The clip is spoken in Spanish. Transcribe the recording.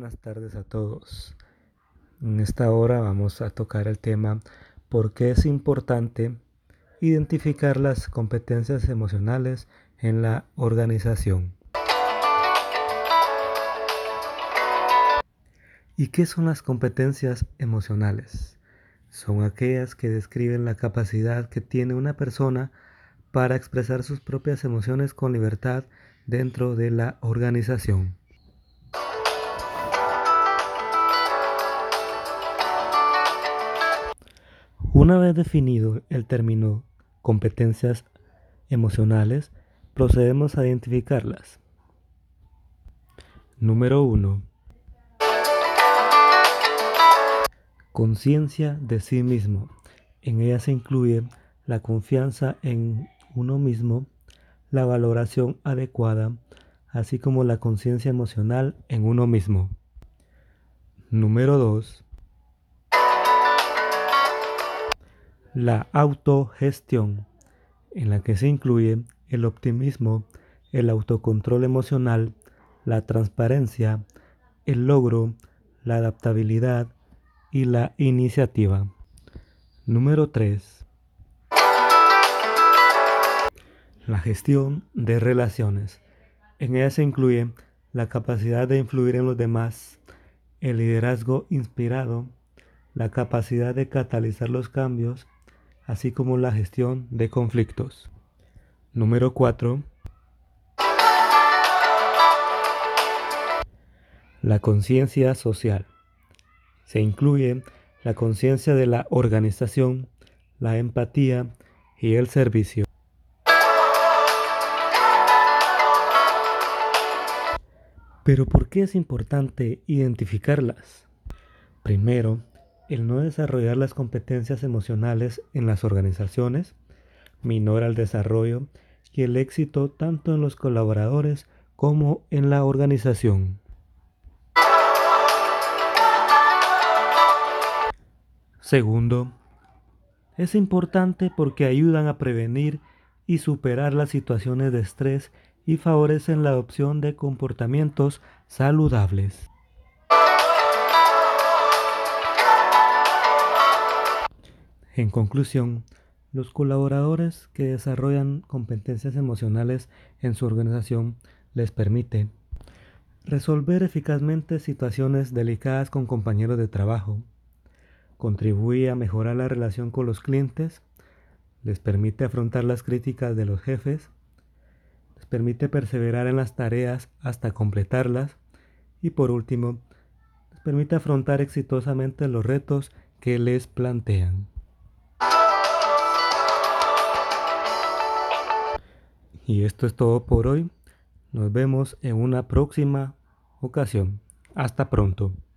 buenas tardes a todos. En esta hora vamos a tocar el tema ¿por qué es importante identificar las competencias emocionales en la organización? ¿Y qué son las competencias emocionales? Son aquellas que describen la capacidad que tiene una persona para expresar sus propias emociones con libertad dentro de la organización. Una vez definido el término competencias emocionales, procedemos a identificarlas. Número 1. Conciencia de sí mismo. En ella se incluye la confianza en uno mismo, la valoración adecuada, así como la conciencia emocional en uno mismo. Número 2. La autogestión, en la que se incluye el optimismo, el autocontrol emocional, la transparencia, el logro, la adaptabilidad y la iniciativa. Número 3. La gestión de relaciones. En ella se incluye la capacidad de influir en los demás, el liderazgo inspirado, la capacidad de catalizar los cambios, así como la gestión de conflictos. Número 4. La conciencia social. Se incluye la conciencia de la organización, la empatía y el servicio. Pero ¿por qué es importante identificarlas? Primero, el no desarrollar las competencias emocionales en las organizaciones minora el desarrollo y el éxito tanto en los colaboradores como en la organización. Segundo, es importante porque ayudan a prevenir y superar las situaciones de estrés y favorecen la adopción de comportamientos saludables. En conclusión, los colaboradores que desarrollan competencias emocionales en su organización les permite resolver eficazmente situaciones delicadas con compañeros de trabajo, contribuye a mejorar la relación con los clientes, les permite afrontar las críticas de los jefes, les permite perseverar en las tareas hasta completarlas y por último, les permite afrontar exitosamente los retos que les plantean. Y esto es todo por hoy. Nos vemos en una próxima ocasión. Hasta pronto.